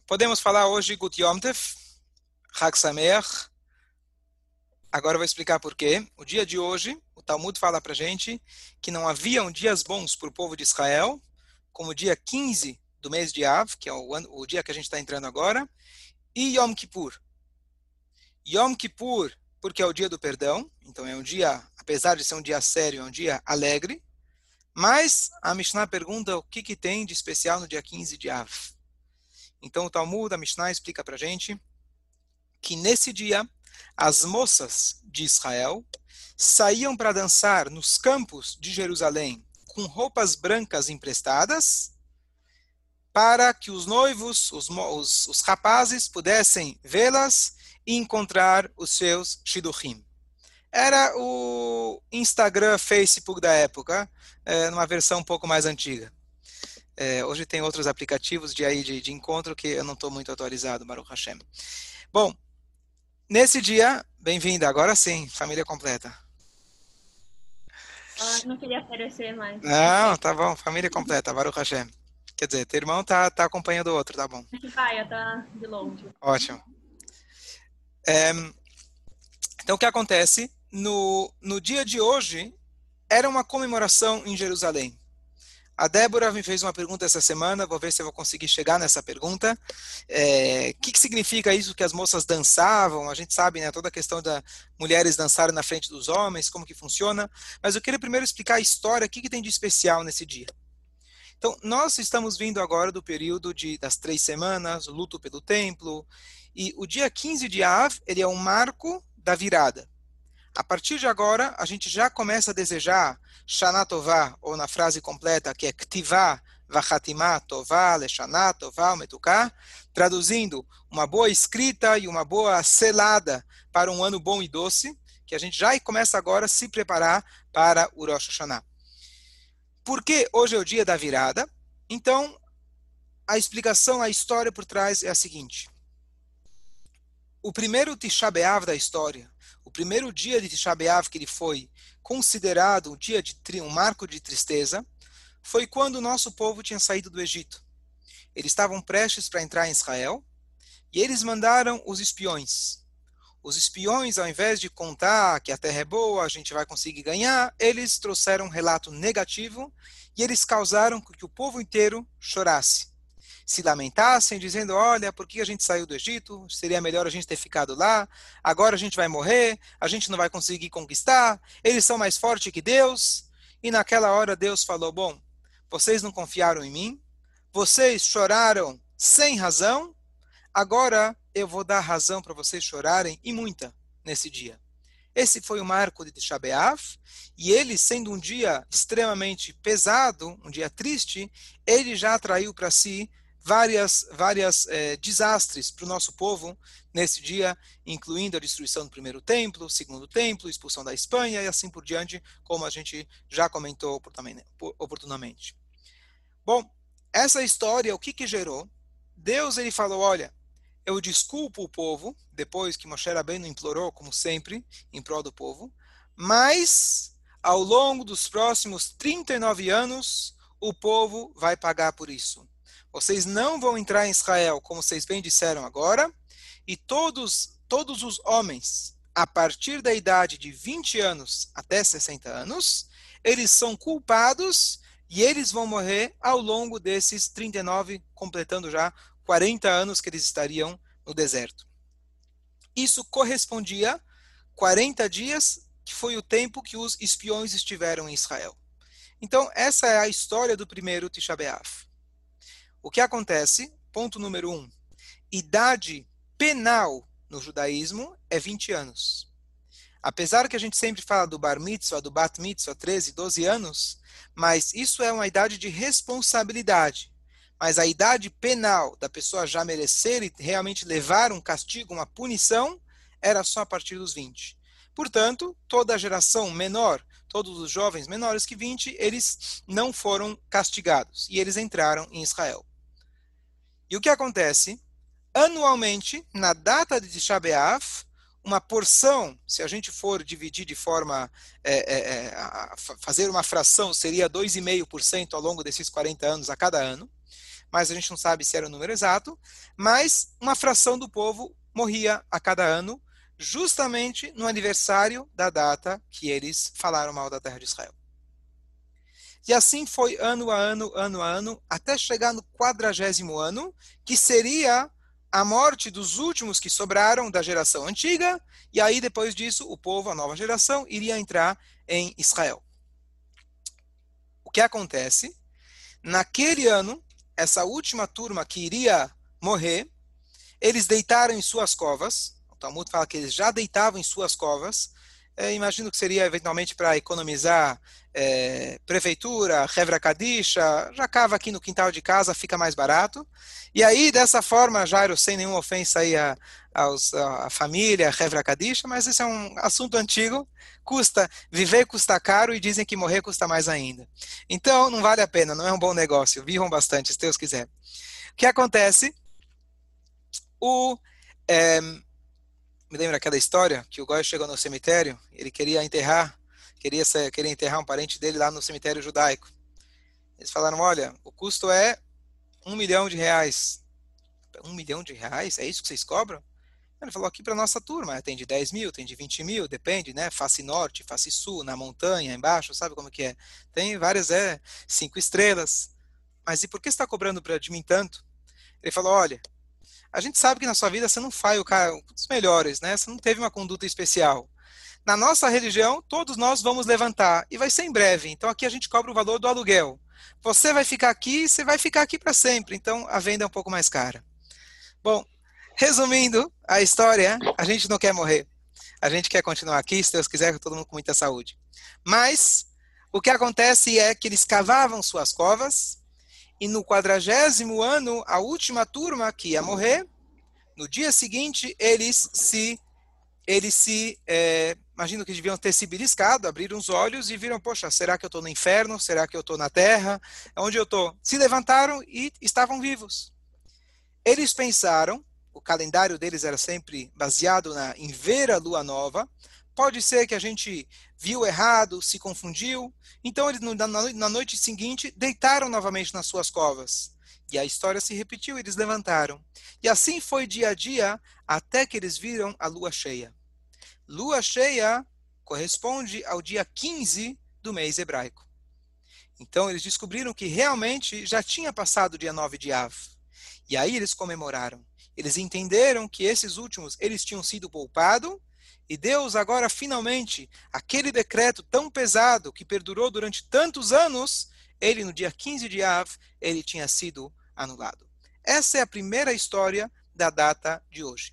Podemos falar hoje Gut Yom Tov, Chag Sameach. Agora eu vou explicar por quê. O dia de hoje, o Talmud fala para gente que não haviam dias bons para o povo de Israel, como o dia 15 do mês de Av, que é o dia que a gente está entrando agora, e Yom Kippur. Yom Kippur, porque é o dia do perdão, então é um dia, apesar de ser um dia sério, é um dia alegre, mas a Mishnah pergunta o que tem de especial no dia 15 de Av. Então o Talmud, a Mishnah, explica para gente que nesse dia as moças de Israel saíam para dançar nos campos de Jerusalém com roupas brancas emprestadas para que os noivos, os rapazes, pudessem vê-las e encontrar os seus shidduchim. Era o Instagram, Facebook da época, numa versão um pouco mais antiga. Hoje tem outros aplicativos de encontro que eu não estou muito atualizado, Baruch Hashem. Bom, nesse dia, bem-vinda, agora sim, família completa. Não queria aparecer mais. Não, tá bom, família completa, Baruch Hashem. Quer dizer, teu irmão tá acompanhando o outro, tá bom. Aqui vai, tá de longe. Ótimo. Então, o que acontece? No dia de hoje, era uma comemoração em Jerusalém. A Débora me fez uma pergunta essa semana, vou ver se eu vou conseguir chegar nessa pergunta. O que significa isso que as moças dançavam? A gente sabe, né, toda a questão das mulheres dançarem na frente dos homens, como que funciona. Mas eu queria primeiro explicar a história, o que tem de especial nesse dia. Então, nós estamos vindo agora do período das 3 semanas, o luto pelo templo, e o dia 15 de Av, ele é um marco da virada. A partir de agora, a gente já começa a desejar Shana Tová, ou na frase completa, que é Ktivá, Vachatimá, Tová, Leshana, Tová, Metuká, traduzindo uma boa escrita e uma boa selada para um ano bom e doce, que a gente já começa agora a se preparar para o Rosh Hashanah. Por que hoje é o dia da virada? Então, a explicação, a história por trás é a seguinte. O primeiro Tisha B'Av da história, o primeiro dia de Tisha B'Av que ele foi considerado um marco de tristeza, foi quando o nosso povo tinha saído do Egito. Eles estavam prestes para entrar em Israel e eles mandaram os espiões. Os espiões, ao invés de contar que a terra é boa, a gente vai conseguir ganhar, eles trouxeram um relato negativo e eles causaram que o povo inteiro chorasse. Se lamentassem, dizendo, olha, por que a gente saiu do Egito? Seria melhor a gente ter ficado lá. Agora a gente vai morrer, a gente não vai conseguir conquistar. Eles são mais fortes que Deus. E naquela hora Deus falou, bom, vocês não confiaram em mim, vocês choraram sem razão, agora eu vou dar razão para vocês chorarem, e muita, nesse dia. Esse foi o marco de Tisha B'Av, e ele, sendo um dia extremamente pesado, um dia triste, ele já atraiu para si várias desastres para o nosso povo nesse dia, incluindo a destruição do primeiro templo, segundo templo, expulsão da Espanha e assim por diante, como a gente já comentou oportunamente. Bom, essa história, o que gerou? Deus, ele falou, olha, eu desculpo o povo, depois que Moshe Rabbeinu implorou, como sempre, em prol do povo, mas ao longo dos próximos 39 anos, o povo vai pagar por isso. Vocês não vão entrar em Israel, como vocês bem disseram agora, e todos os homens, a partir da idade de 20 anos até 60 anos, eles são culpados e eles vão morrer ao longo desses 39, completando já 40 anos que eles estariam no deserto. Isso correspondia 40 dias, que foi o tempo que os espiões estiveram em Israel. Então, essa é a história do primeiro Tisha B'Av. O que acontece? Ponto número 1. Idade penal no judaísmo é 20 anos. Apesar que a gente sempre fala do Bar Mitzvah, do Bat Mitzvah, 13, 12 anos, mas isso é uma idade de responsabilidade. Mas a idade penal da pessoa já merecer e realmente levar um castigo, uma punição, era só a partir dos 20. Portanto, toda a geração menor, todos os jovens menores que 20, eles não foram castigados e eles entraram em Israel. E o que acontece? Anualmente, na data de Tisha B'Av, uma porção, se a gente for dividir de forma, fazer uma fração, seria 2,5% ao longo desses 40 anos a cada ano. mas a gente não sabe se era o número exato, mas uma fração do povo morria a cada ano, justamente no aniversário da data que eles falaram mal da terra de Israel. E assim foi ano a ano, ano a ano, até chegar no 40º ano, que seria a morte dos últimos que sobraram da geração antiga, e aí depois disso o povo, a nova geração, iria entrar em Israel. O que acontece? Naquele ano, essa última turma que iria morrer, eles deitaram em suas covas. O Talmud fala que eles já deitavam em suas covas. Imagino que seria eventualmente para economizar prefeitura, Hevra Kadisha, já cava aqui no quintal de casa, fica mais barato. E aí, dessa forma, Jairo, sem nenhuma ofensa aí à família, Hevra Kadisha, mas esse é um assunto antigo, viver custa caro e dizem que morrer custa mais ainda. Então, não vale a pena, não é um bom negócio, vivam bastante, se Deus quiser. O que acontece? Me lembra aquela história que o Goy chegou no cemitério, ele queria enterrar um parente dele lá no cemitério judaico. Eles falaram, olha, o custo é R$ 1 milhão. R$ 1 milhão? É isso que vocês cobram? Ele falou, aqui para nossa turma, tem de 10 mil, tem de 20 mil, depende, né? Face norte, face sul, na montanha, embaixo, sabe como que é? Tem várias, 5 estrelas. Mas e por que você está cobrando de mim tanto? Ele falou, olha, a gente sabe que na sua vida você não foi o cara dos melhores, né? Você não teve uma conduta especial. Na nossa religião, todos nós vamos levantar, e vai ser em breve. Então aqui a gente cobra o valor do aluguel. Você vai ficar aqui, você vai ficar aqui para sempre. Então a venda é um pouco mais cara. Bom, resumindo a história, a gente não quer morrer. A gente quer continuar aqui, se Deus quiser, com todo mundo com muita saúde. Mas o que acontece é que eles cavavam suas covas, e no 40º ano, a última turma que ia morrer, no dia seguinte, imagino que deviam ter se beliscado, abriram os olhos e viram, poxa, será que eu estou no inferno? Será que eu estou na terra? Onde eu estou? Se levantaram e estavam vivos. Eles pensaram, o calendário deles era sempre baseado em ver a lua nova, pode ser que a gente viu errado, se confundiu, então eles na noite seguinte deitaram novamente nas suas covas. E a história se repetiu, eles levantaram. E assim foi dia a dia, até que eles viram a lua cheia. Lua cheia corresponde ao dia 15 do mês hebraico. Então eles descobriram que realmente já tinha passado o dia 9 de Av. E aí eles comemoraram. Eles entenderam que esses últimos, eles tinham sido poupados, e Deus agora finalmente, aquele decreto tão pesado que perdurou durante tantos anos, ele no dia 15 de Av, ele tinha sido anulado. Essa é a primeira história da data de hoje.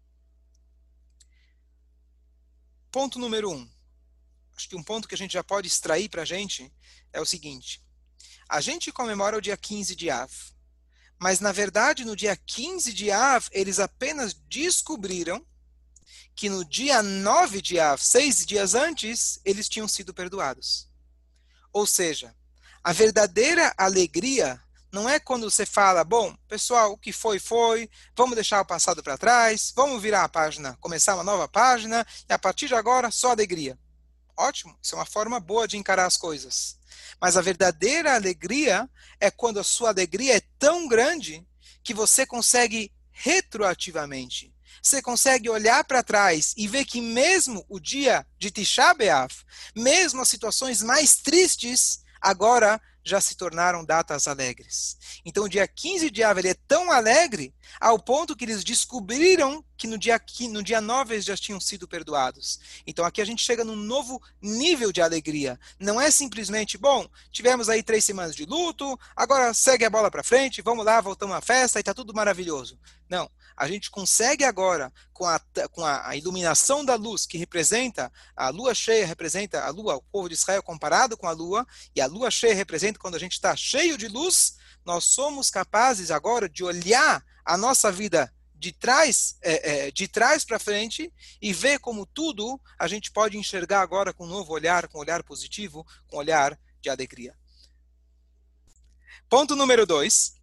Ponto número 1. Acho que um ponto que a gente já pode extrair para a gente é o seguinte. A gente comemora o dia 15 de Av. Mas, na verdade, no dia 15 de Av, eles apenas descobriram que no dia 9 de Av, 6 dias antes, eles tinham sido perdoados. Ou seja, a verdadeira alegria não é quando você fala, bom, pessoal, o que foi, vamos deixar o passado para trás, vamos virar a página, começar uma nova página, e a partir de agora, só alegria. Ótimo, isso é uma forma boa de encarar as coisas. Mas a verdadeira alegria é quando a sua alegria é tão grande que você consegue retroativamente. Você consegue olhar para trás e ver que mesmo o dia de Tisha B'Av, mesmo as situações mais tristes, agora já se tornaram datas alegres. Então o dia 15 de Av ele é tão alegre ao ponto que eles descobriram que no dia 9 eles já tinham sido perdoados. Então aqui a gente chega num novo nível de alegria. Não é simplesmente, bom, tivemos aí 3 semanas de luto, agora segue a bola para frente, vamos lá, voltamos à festa e está tudo maravilhoso. Não. A gente consegue agora, com a iluminação da luz, que representa, a lua cheia representa a lua, o povo de Israel comparado com a lua, e a lua cheia representa quando a gente está cheio de luz, nós somos capazes agora de olhar a nossa vida de trás para frente e ver como tudo a gente pode enxergar agora com um novo olhar, com um olhar positivo, com um olhar de alegria. Ponto número 2.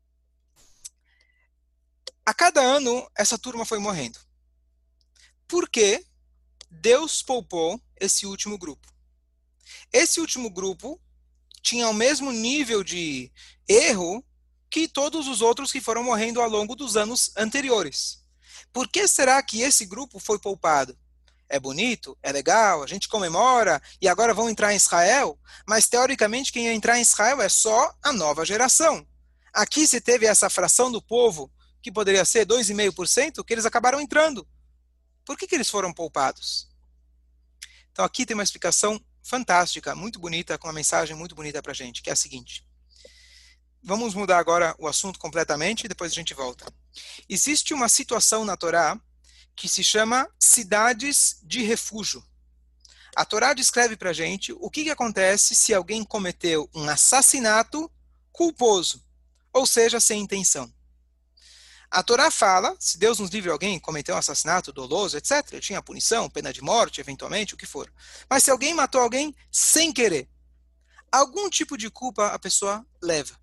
A cada ano, essa turma foi morrendo. Por que Deus poupou esse último grupo? Esse último grupo tinha o mesmo nível de erro que todos os outros que foram morrendo ao longo dos anos anteriores. Por que será que esse grupo foi poupado? É bonito, é legal, a gente comemora e agora vão entrar em Israel, mas teoricamente quem ia entrar em Israel é só a nova geração. Aqui se teve essa fração do povo, que poderia ser 2,5%, que eles acabaram entrando. Por que eles foram poupados? Então aqui tem uma explicação fantástica, muito bonita, com uma mensagem muito bonita para a gente, que é a seguinte. Vamos mudar agora o assunto completamente e depois a gente volta. Existe uma situação na Torá que se chama cidades de refúgio. A Torá descreve para a gente o que acontece se alguém cometeu um assassinato culposo, ou seja, sem intenção. A Torá fala, se Deus nos livre alguém cometeu um assassinato doloso, etc., tinha punição, pena de morte, eventualmente, o que for. Mas se alguém matou alguém sem querer, algum tipo de culpa a pessoa leva.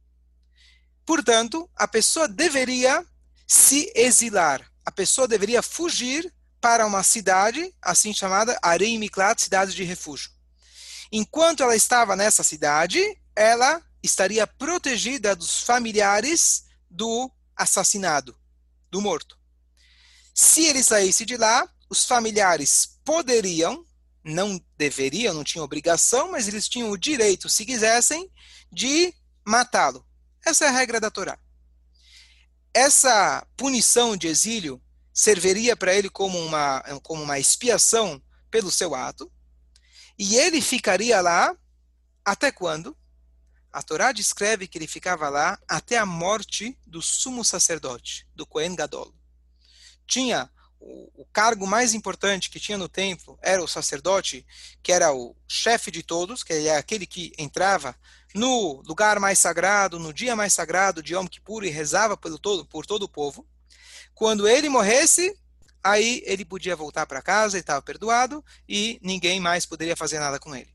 Portanto, a pessoa deveria se exilar. A pessoa deveria fugir para uma cidade, assim chamada Arei Miklat, cidade de refúgio. Enquanto ela estava nessa cidade, ela estaria protegida dos familiares do assassinado, do morto. Se ele saísse de lá, os familiares poderiam, não deveriam, não tinham obrigação, mas eles tinham o direito, se quisessem, de matá-lo. Essa é a regra da Torá. Essa punição de exílio serviria para ele como uma expiação pelo seu ato, e ele ficaria lá até quando? A Torá descreve que ele ficava lá até a morte do sumo sacerdote, do Cohen Gadol. Tinha o cargo mais importante que tinha no templo, era o sacerdote, que era o chefe de todos, que é aquele que entrava no lugar mais sagrado, no dia mais sagrado de Yom Kippur e rezava por todo o povo. Quando ele morresse, aí ele podia voltar para casa, ele estava perdoado e ninguém mais poderia fazer nada com ele.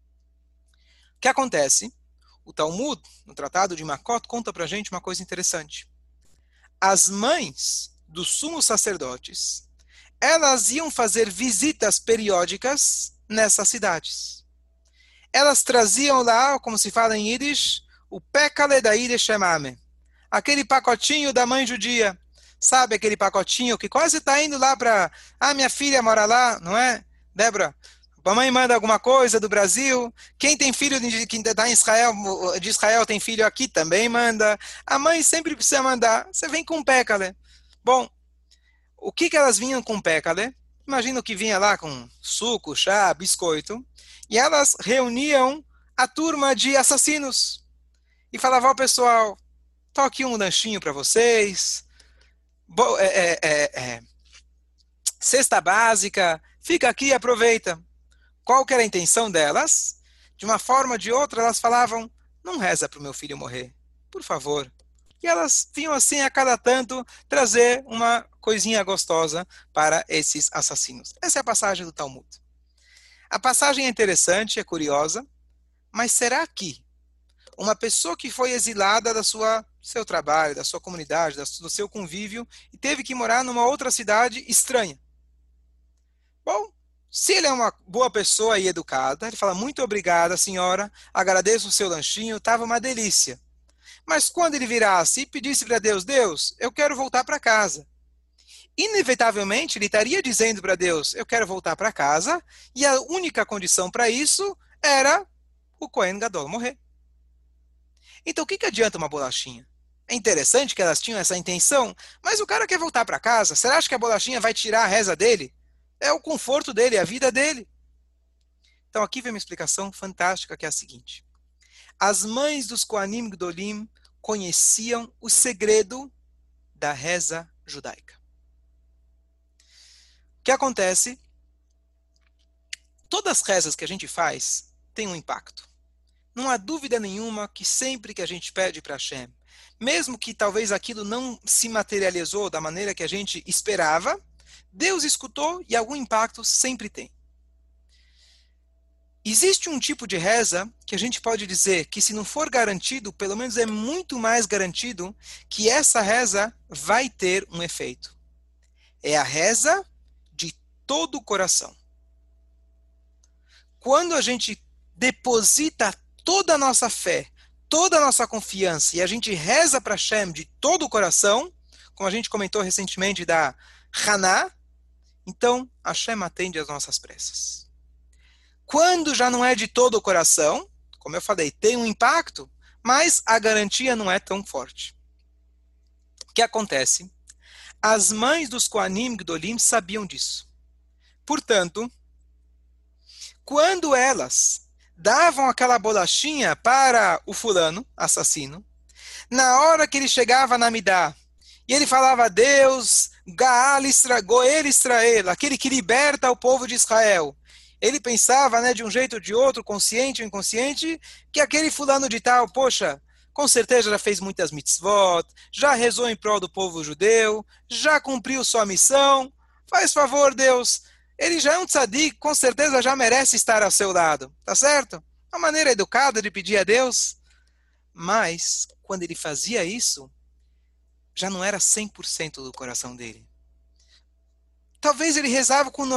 O que acontece? O Talmud, no Tratado de Makot, conta para a gente uma coisa interessante. As mães dos sumos sacerdotes, elas iam fazer visitas periódicas nessas cidades. Elas traziam lá, como se fala em Yiddish, o Pekale da Yiddish Emame, aquele pacotinho da mãe judia. Sabe aquele pacotinho que quase está indo lá para... Ah, minha filha mora lá, não é? Débora, a mãe manda alguma coisa do Brasil. Quem tem filho que está em Israel, de Israel tem filho aqui, também manda. A mãe sempre precisa mandar. Você vem com Pekale. Bom, o que elas vinham com Pekale? Imagina que vinha lá com suco, chá, biscoito. E elas reuniam a turma de assassinos. E falavam ao pessoal, tô aqui um lanchinho para vocês. Cesta básica, fica aqui e aproveita. Qual que era a intenção delas? De uma forma ou de outra, elas falavam, não reza para o meu filho morrer, por favor. E elas vinham assim a cada tanto trazer uma coisinha gostosa para esses assassinos. Essa é a passagem do Talmud. A passagem é interessante, é curiosa, mas será que uma pessoa que foi exilada do seu trabalho, da sua comunidade, do seu convívio, e teve que morar numa outra cidade estranha? Bom, se ele é uma boa pessoa e educada, ele fala, muito obrigada, senhora, agradeço o seu lanchinho, estava uma delícia. Mas quando ele virasse e pedisse para Deus, Deus, eu quero voltar para casa. Inevitavelmente, ele estaria dizendo para Deus, eu quero voltar para casa, e a única condição para isso era o Cohen Gadol morrer. Então, o que adianta uma bolachinha? É interessante que elas tinham essa intenção, mas o cara quer voltar para casa. Será que a bolachinha vai tirar a reza dele? É o conforto dele, a vida dele. Então, aqui vem uma explicação fantástica, que é a seguinte. As mães dos Kohanim Gdolim conheciam o segredo da reza judaica. O que acontece? Todas as rezas que a gente faz têm um impacto. Não há dúvida nenhuma que sempre que a gente pede para Hashem, mesmo que talvez aquilo não se materializou da maneira que a gente esperava, Deus escutou e algum impacto sempre tem. Existe um tipo de reza que a gente pode dizer que se não for garantido, pelo menos é muito mais garantido que essa reza vai ter um efeito. É a reza de todo o coração. Quando a gente deposita toda a nossa fé, toda a nossa confiança e a gente reza para Hashem de todo o coração, como a gente comentou recentemente da Haná, então Hashem atende às nossas preces. Quando já não é de todo o coração, como eu falei, tem um impacto, mas a garantia não é tão forte. O que acontece? As mães dos Kohanim Gdolim sabiam disso. Portanto, quando elas davam aquela bolachinha para o fulano, assassino, na hora que ele chegava na Midá, e ele falava, Deus, Goel Israel, aquele que liberta o povo de Israel. Ele pensava, né, de um jeito ou de outro, consciente ou inconsciente, que aquele fulano de tal, poxa, com certeza já fez muitas mitzvot, já rezou em prol do povo judeu, já cumpriu sua missão, faz favor, Deus, ele já é um tzadik, com certeza já merece estar ao seu lado, tá certo? Uma maneira educada de pedir a Deus. Mas, quando ele fazia isso, já não era 100% do coração dele. Talvez ele rezava com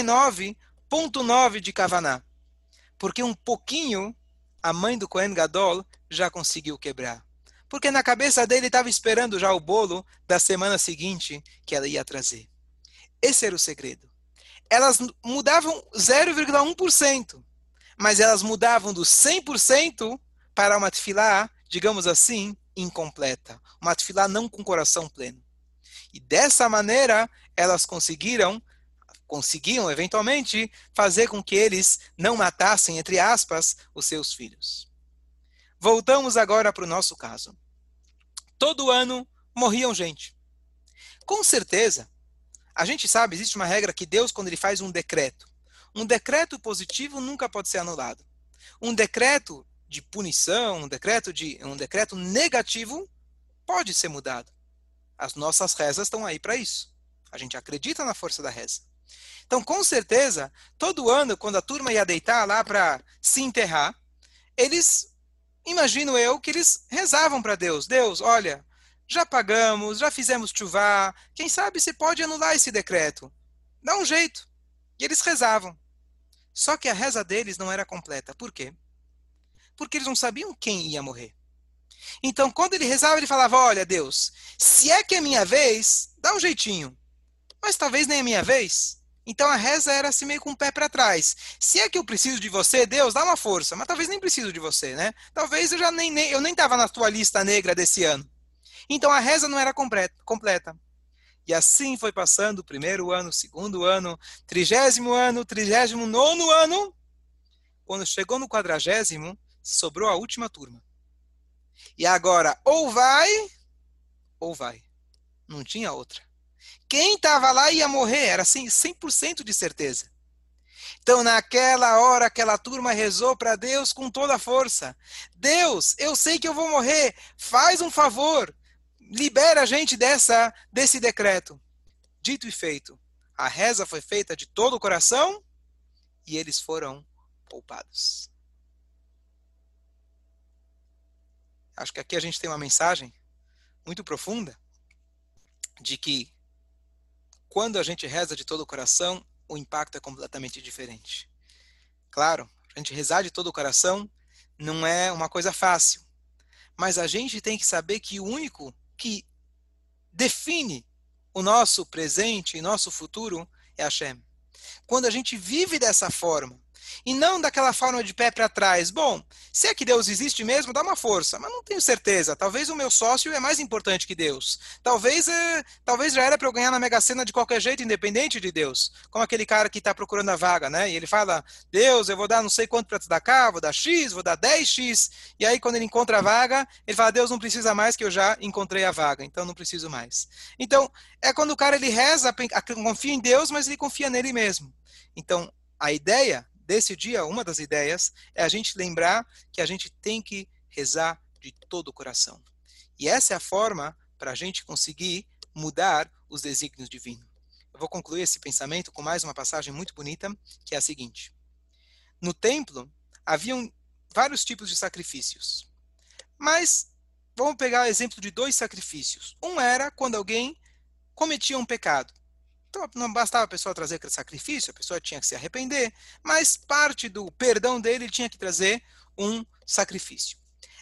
99,9% de Kavaná, porque um pouquinho a mãe do Kohen Gadol já conseguiu quebrar. Porque na cabeça dele estava esperando já o bolo da semana seguinte que ela ia trazer. Esse era o segredo. Elas mudavam 0,1%, mas elas mudavam do 100% para uma tefilá, digamos assim, incompleta. Uma tefilá não com coração pleno. E dessa maneira, elas conseguiam eventualmente fazer com que eles não matassem, entre aspas, os seus filhos. Voltamos agora para o nosso caso. Todo ano morriam gente. Com certeza, a gente sabe, existe uma regra que Deus, quando ele faz um decreto positivo nunca pode ser anulado. Um decreto de punição, um decreto negativo pode ser mudado. As nossas rezas estão aí para isso. A gente acredita na força da reza. Então, com certeza, todo ano, quando a turma ia deitar lá para se enterrar, eles, imagino eu, que eles rezavam para Deus. Deus, olha, já pagamos, já fizemos chuvá, quem sabe você pode anular esse decreto. Dá um jeito. E eles rezavam. Só que a reza deles não era completa. Por quê? Porque eles não sabiam quem ia morrer. Então, quando ele rezava, ele falava, olha, Deus, se é que é minha vez, dá um jeitinho. Mas talvez nem é minha vez. Então a reza era assim meio com o pé para trás. Se é que eu preciso de você, Deus, dá uma força. Mas talvez nem preciso de você, né? Talvez eu nem estava na tua lista negra desse ano. Então a reza não era completa. E assim foi passando o primeiro ano, o segundo ano, 30º ano, 39º ano. Quando chegou no 40º, sobrou a última turma. E agora, ou vai, ou vai. Não tinha outra. Quem estava lá ia morrer, era assim, 100% de certeza. Então, naquela hora, aquela turma rezou para Deus com toda a força. Deus, eu sei que eu vou morrer, faz um favor, libera a gente desse decreto. Dito e feito, a reza foi feita de todo o coração e eles foram poupados. Acho que aqui a gente tem uma mensagem muito profunda de que quando a gente reza de todo o coração, o impacto é completamente diferente. Claro, a gente rezar de todo o coração não é uma coisa fácil, mas a gente tem que saber que o único que define o nosso presente e nosso futuro é Hashem. Quando a gente vive dessa forma, e não daquela forma de pé para trás, bom, se é que Deus existe mesmo, dá uma força, mas não tenho certeza, talvez o meu sócio é mais importante que Deus, talvez já era para eu ganhar na Mega Sena de qualquer jeito, independente de Deus, como aquele cara que está procurando a vaga, né, e ele fala, Deus, eu vou dar não sei quanto para te dar cá, vou dar X, vou dar 10X, e aí quando ele encontra a vaga, ele fala, Deus não precisa mais que eu já encontrei a vaga, então não preciso mais. Então, é quando o cara ele reza, confia em Deus, mas ele confia nele mesmo. Então, a ideia desse dia, uma das ideias, é a gente lembrar que a gente tem que rezar de todo o coração. E essa é a forma para a gente conseguir mudar os desígnios divinos. Eu vou concluir esse pensamento com mais uma passagem muito bonita, que é a seguinte. No templo, haviam vários tipos de sacrifícios. Mas, vamos pegar o exemplo de 2 sacrifícios. Um era quando alguém cometia um pecado. Então, não bastava a pessoa trazer aquele sacrifício, a pessoa tinha que se arrepender, mas parte do perdão dele tinha que trazer um sacrifício.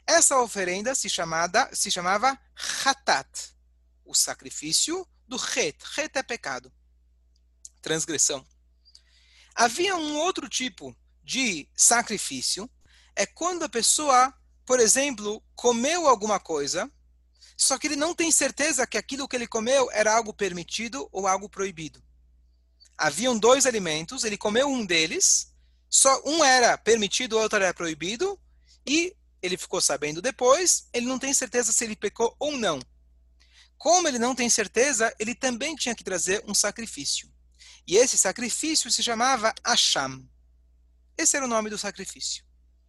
Essa oferenda se chamava Hatat, o sacrifício do Het. Het é pecado, transgressão. Havia um outro tipo de sacrifício, é quando a pessoa, por exemplo, comeu alguma coisa, só que ele não tem certeza que aquilo que ele comeu era algo permitido ou algo proibido. Haviam dois alimentos, ele comeu um deles, só um era permitido, o outro era proibido, e ele ficou sabendo depois, ele não tem certeza se ele pecou ou não. Como ele não tem certeza, ele também tinha que trazer um sacrifício. E esse sacrifício se chamava Asham. Esse era o nome do sacrifício.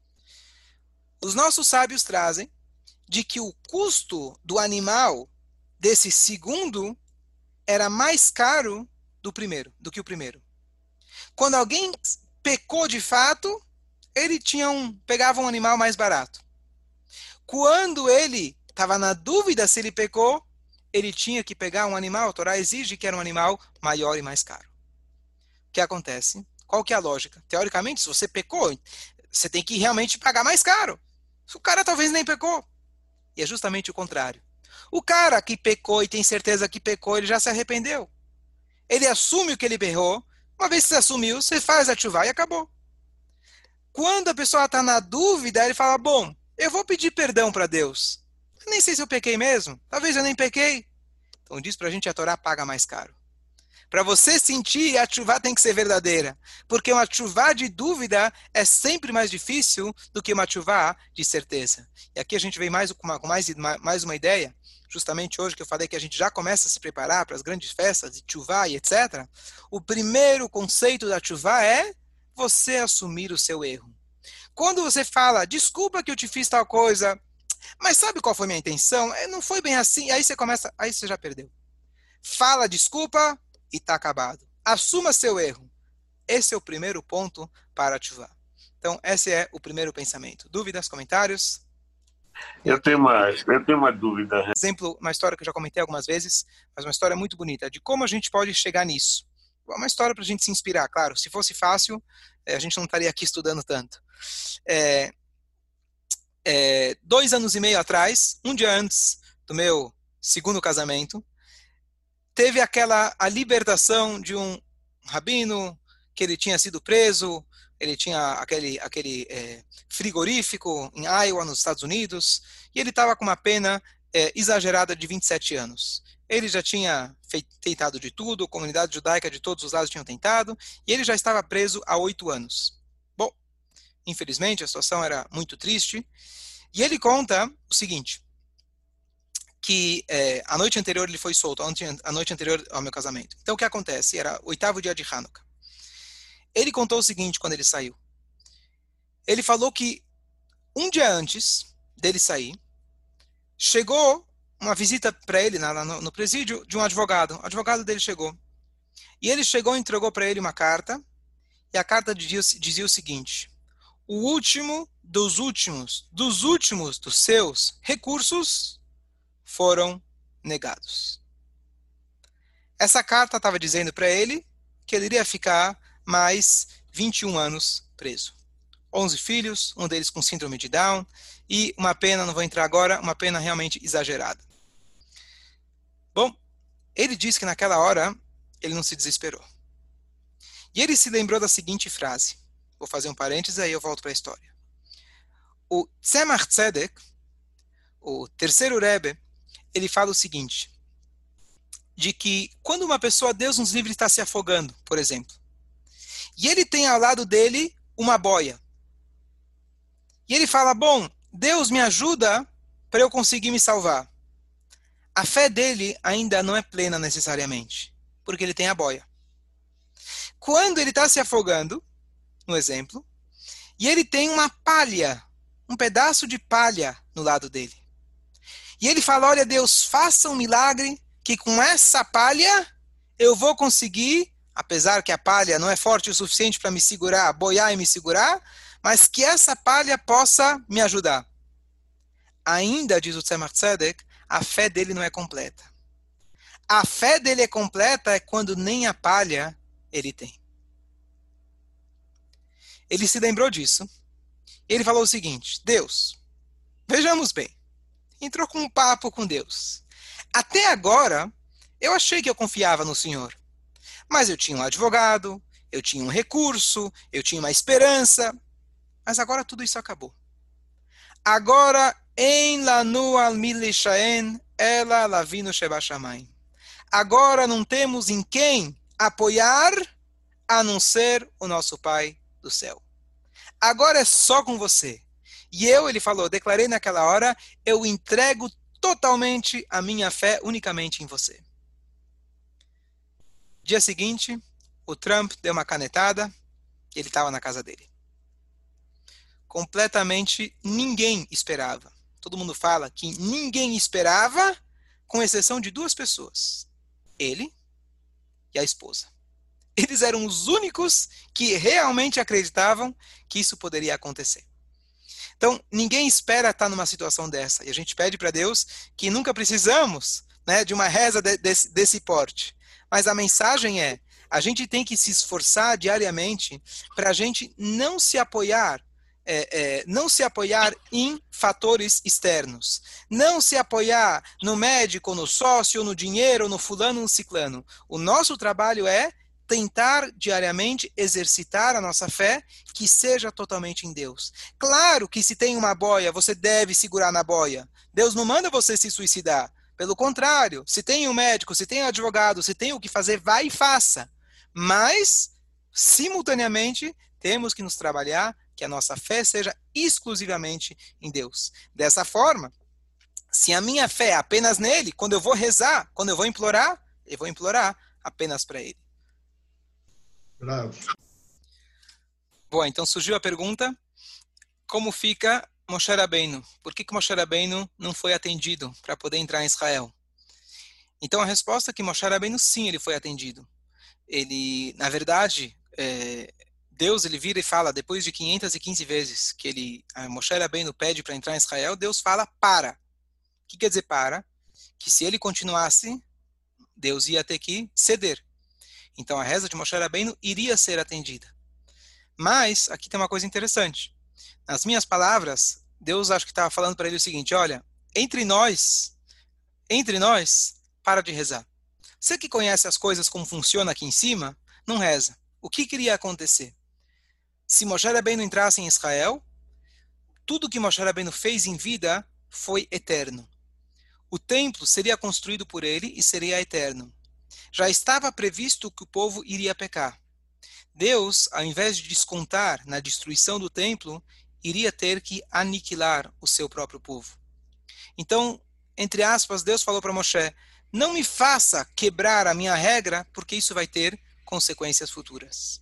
Os nossos sábios trazem de que o custo do animal desse segundo era mais caro do que o primeiro. Quando alguém pecou de fato, ele pegava um animal mais barato. Quando ele estava na dúvida se ele pecou, ele tinha que pegar um animal, a Torá exige que era um animal maior e mais caro. O que acontece? Qual que é a lógica? Teoricamente, se você pecou, você tem que realmente pagar mais caro. O cara talvez nem pecou. E é justamente o contrário. O cara que pecou e tem certeza que pecou, ele já se arrependeu. Ele assume o que ele errou. Uma vez que você assumiu, você faz a tshuva e acabou. Quando a pessoa está na dúvida, ele fala, bom, eu vou pedir perdão para Deus. Eu nem sei se eu pequei mesmo. Talvez eu nem pequei. Então diz para a gente, a Torá paga mais caro. Para você sentir, a tshuva tem que ser verdadeira. Porque uma tshuva de dúvida é sempre mais difícil do que uma tshuva de certeza. E aqui a gente vem com mais uma ideia. Justamente hoje que eu falei que a gente já começa a se preparar para as grandes festas de tshuva e etc. O primeiro conceito da tshuva é você assumir o seu erro. Quando você fala, desculpa que eu te fiz tal coisa, mas sabe qual foi minha intenção? Não foi bem assim. Aí você já perdeu. Fala desculpa e está acabado. Assuma seu erro. Esse é o primeiro ponto para a tshuva. Então, esse é o primeiro pensamento. Dúvidas, comentários? Eu tenho uma dúvida. Exemplo, uma história que eu já comentei algumas vezes, mas uma história muito bonita, de como a gente pode chegar nisso. É uma história para a gente se inspirar, claro. Se fosse fácil, a gente não estaria aqui estudando tanto. 2 anos e meio atrás, um dia antes do meu segundo casamento, teve a libertação de um rabino que ele tinha sido preso, ele tinha aquele frigorífico em Iowa, nos Estados Unidos, e ele estava com uma pena exagerada de 27 anos. Ele já tinha tentado de tudo, a comunidade judaica de todos os lados tinham tentado, e ele já estava preso há 8 anos. Bom, infelizmente a situação era muito triste, e ele conta o seguinte, que a noite anterior ele foi solto, a noite anterior ao meu casamento. Então o que acontece? Era o 8º dia de Hanukkah. Ele contou o seguinte quando ele saiu. Ele falou que um dia antes dele sair, chegou uma visita para ele no presídio de um advogado. O advogado dele chegou. E ele chegou e entregou para ele uma carta, e a carta dizia o seguinte: o último dos últimos dos seus recursos foram negados. Essa carta estava dizendo para ele que ele iria ficar mais 21 anos preso. 11 filhos, um deles com síndrome de Down, e uma pena, não vou entrar agora, uma pena realmente exagerada. Bom, ele disse que naquela hora ele não se desesperou. E ele se lembrou da seguinte frase. Vou fazer um parênteses, aí eu volto para a história. O Tzemach Tzedek, o terceiro Rebbe, ele fala o seguinte, de que quando uma pessoa, Deus nos livre, está se afogando, por exemplo, e ele tem ao lado dele uma boia, e ele fala, bom, Deus me ajuda para eu conseguir me salvar. A fé dele ainda não é plena necessariamente, porque ele tem a boia. Quando ele está se afogando, no exemplo, e ele tem uma palha, um pedaço de palha no lado dele. E ele fala, olha Deus, faça um milagre que com essa palha eu vou conseguir, apesar que a palha não é forte o suficiente para me segurar, boiar e me segurar, mas que essa palha possa me ajudar. Ainda, diz o Tzemach Tzedek, a fé dele não é completa. A fé dele é completa é quando nem a palha ele tem. Ele se lembrou disso. Ele falou o seguinte, Deus, Vejamos bem. Entrou com um papo com Deus. Até agora, eu achei que eu confiava no Senhor. Mas eu tinha um advogado, eu tinha um recurso, eu tinha uma esperança. Mas agora tudo isso acabou. Agora, em lanu al milishaen, ela lavino shebashamayim. Agora não temos em quem apoiar a não ser o nosso Pai do céu. Agora é só com você. E eu, ele falou, declarei naquela hora, eu entrego totalmente a minha fé unicamente em você. Dia seguinte, o Trump deu uma canetada e ele estava na casa dele. Completamente ninguém esperava. Todo mundo fala que ninguém esperava, com exceção de duas pessoas. Ele e a esposa. Eles eram os únicos que realmente acreditavam que isso poderia acontecer. Então, ninguém espera estar numa situação dessa. E a gente pede para Deus que nunca precisamos, né, de uma reza desse porte. Mas a mensagem é, a gente tem que se esforçar diariamente para a gente não se apoiar em fatores externos. Não se apoiar no médico, no sócio, no dinheiro, no fulano, no ciclano. O nosso trabalho é tentar diariamente exercitar a nossa fé que seja totalmente em Deus. Claro que se tem uma boia, você deve segurar na boia. Deus não manda você se suicidar. Pelo contrário, se tem um médico, se tem um advogado, se tem o que fazer, vai e faça. Mas, simultaneamente, temos que nos trabalhar que a nossa fé seja exclusivamente em Deus. Dessa forma, se a minha fé é apenas nele, quando eu vou rezar, quando eu vou implorar apenas para ele. Bravo. Bom, então surgiu a pergunta, como fica Moshe Rabbeinu? Por que Moshe Rabbeinu não foi atendido para poder entrar em Israel? Então a resposta é que Moshe Rabbeinu sim, ele foi atendido. Ele, na verdade, Deus ele vira e fala, depois de 515 vezes que Moshe Rabbeinu pede para entrar em Israel, Deus fala para. O que quer dizer para? Que se ele continuasse, Deus ia ter que ceder. Então a reza de Moshe Rabbeinu iria ser atendida. Mas, aqui tem uma coisa interessante. Nas minhas palavras, Deus acho que estava falando para ele o seguinte, olha, entre nós, para de rezar. Você que conhece as coisas como funciona aqui em cima, não reza. O que queria acontecer? Se Moshe Rabbeinu entrasse em Israel, tudo que Moshe Rabbeinu fez em vida foi eterno. O templo seria construído por ele e seria eterno. Já estava previsto que o povo iria pecar. Deus, ao invés de descontar na destruição do templo, iria ter que aniquilar o seu próprio povo. Então, entre aspas, Deus falou para Moshe, não me faça quebrar a minha regra, porque isso vai ter consequências futuras.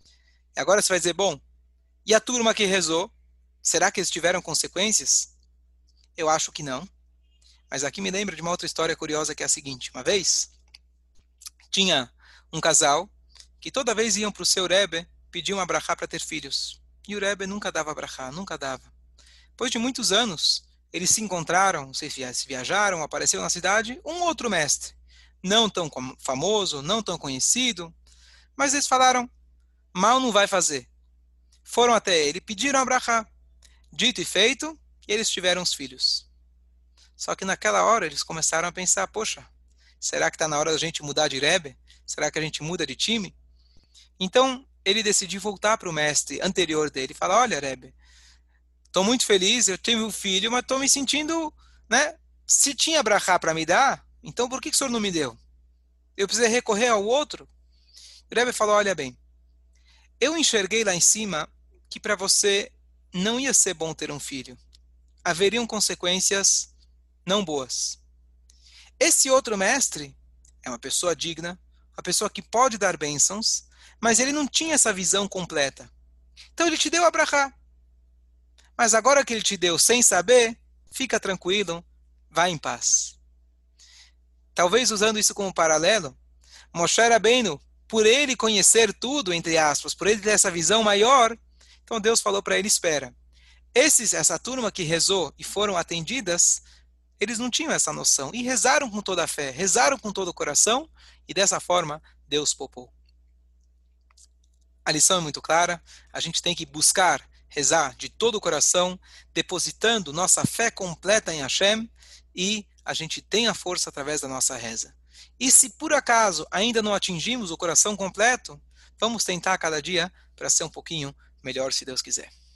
E agora você vai dizer, bom, e a turma que rezou? Será que eles tiveram consequências? Eu acho que não. Mas aqui me lembra de uma outra história curiosa que é a seguinte. Uma vez, tinha um casal que toda vez iam para o seu Rebbe pedir uma brachá para ter filhos. E o Rebbe nunca dava brachá, nunca dava. Depois de muitos anos, eles se encontraram, não sei se viajaram, apareceu na cidade, um outro mestre. Não tão famoso, não tão conhecido, mas eles falaram, mal não vai fazer. Foram até ele, pediram a brachá. Dito e feito, eles tiveram os filhos. Só que naquela hora eles começaram a pensar, poxa, será que está na hora da gente mudar de Rebbe? Será que a gente muda de time? Então, ele decidiu voltar para o mestre anterior dele e falar, olha, Rebbe, estou muito feliz, eu tive um filho, mas estou me sentindo, né? Se tinha brachá para me dar, então por que o senhor não me deu? Eu precisei recorrer ao outro? O Rebbe falou, olha bem, eu enxerguei lá em cima que para você não ia ser bom ter um filho. Haveriam consequências não boas. Esse outro mestre é uma pessoa digna, uma pessoa que pode dar bênçãos, mas ele não tinha essa visão completa. Então ele te deu a brachá. Mas agora que ele te deu sem saber, fica tranquilo, vai em paz. Talvez usando isso como paralelo, Moshe Rabbeinu, por ele conhecer tudo, entre aspas, por ele ter essa visão maior, então Deus falou para ele, espera. Essa turma que rezou e foram atendidas, eles não tinham essa noção e rezaram com toda a fé, rezaram com todo o coração e dessa forma Deus poupou. A lição é muito clara, a gente tem que buscar rezar de todo o coração, depositando nossa fé completa em Hashem, e a gente tem a força através da nossa reza. E se por acaso ainda não atingimos o coração completo, vamos tentar cada dia para ser um pouquinho melhor, se Deus quiser.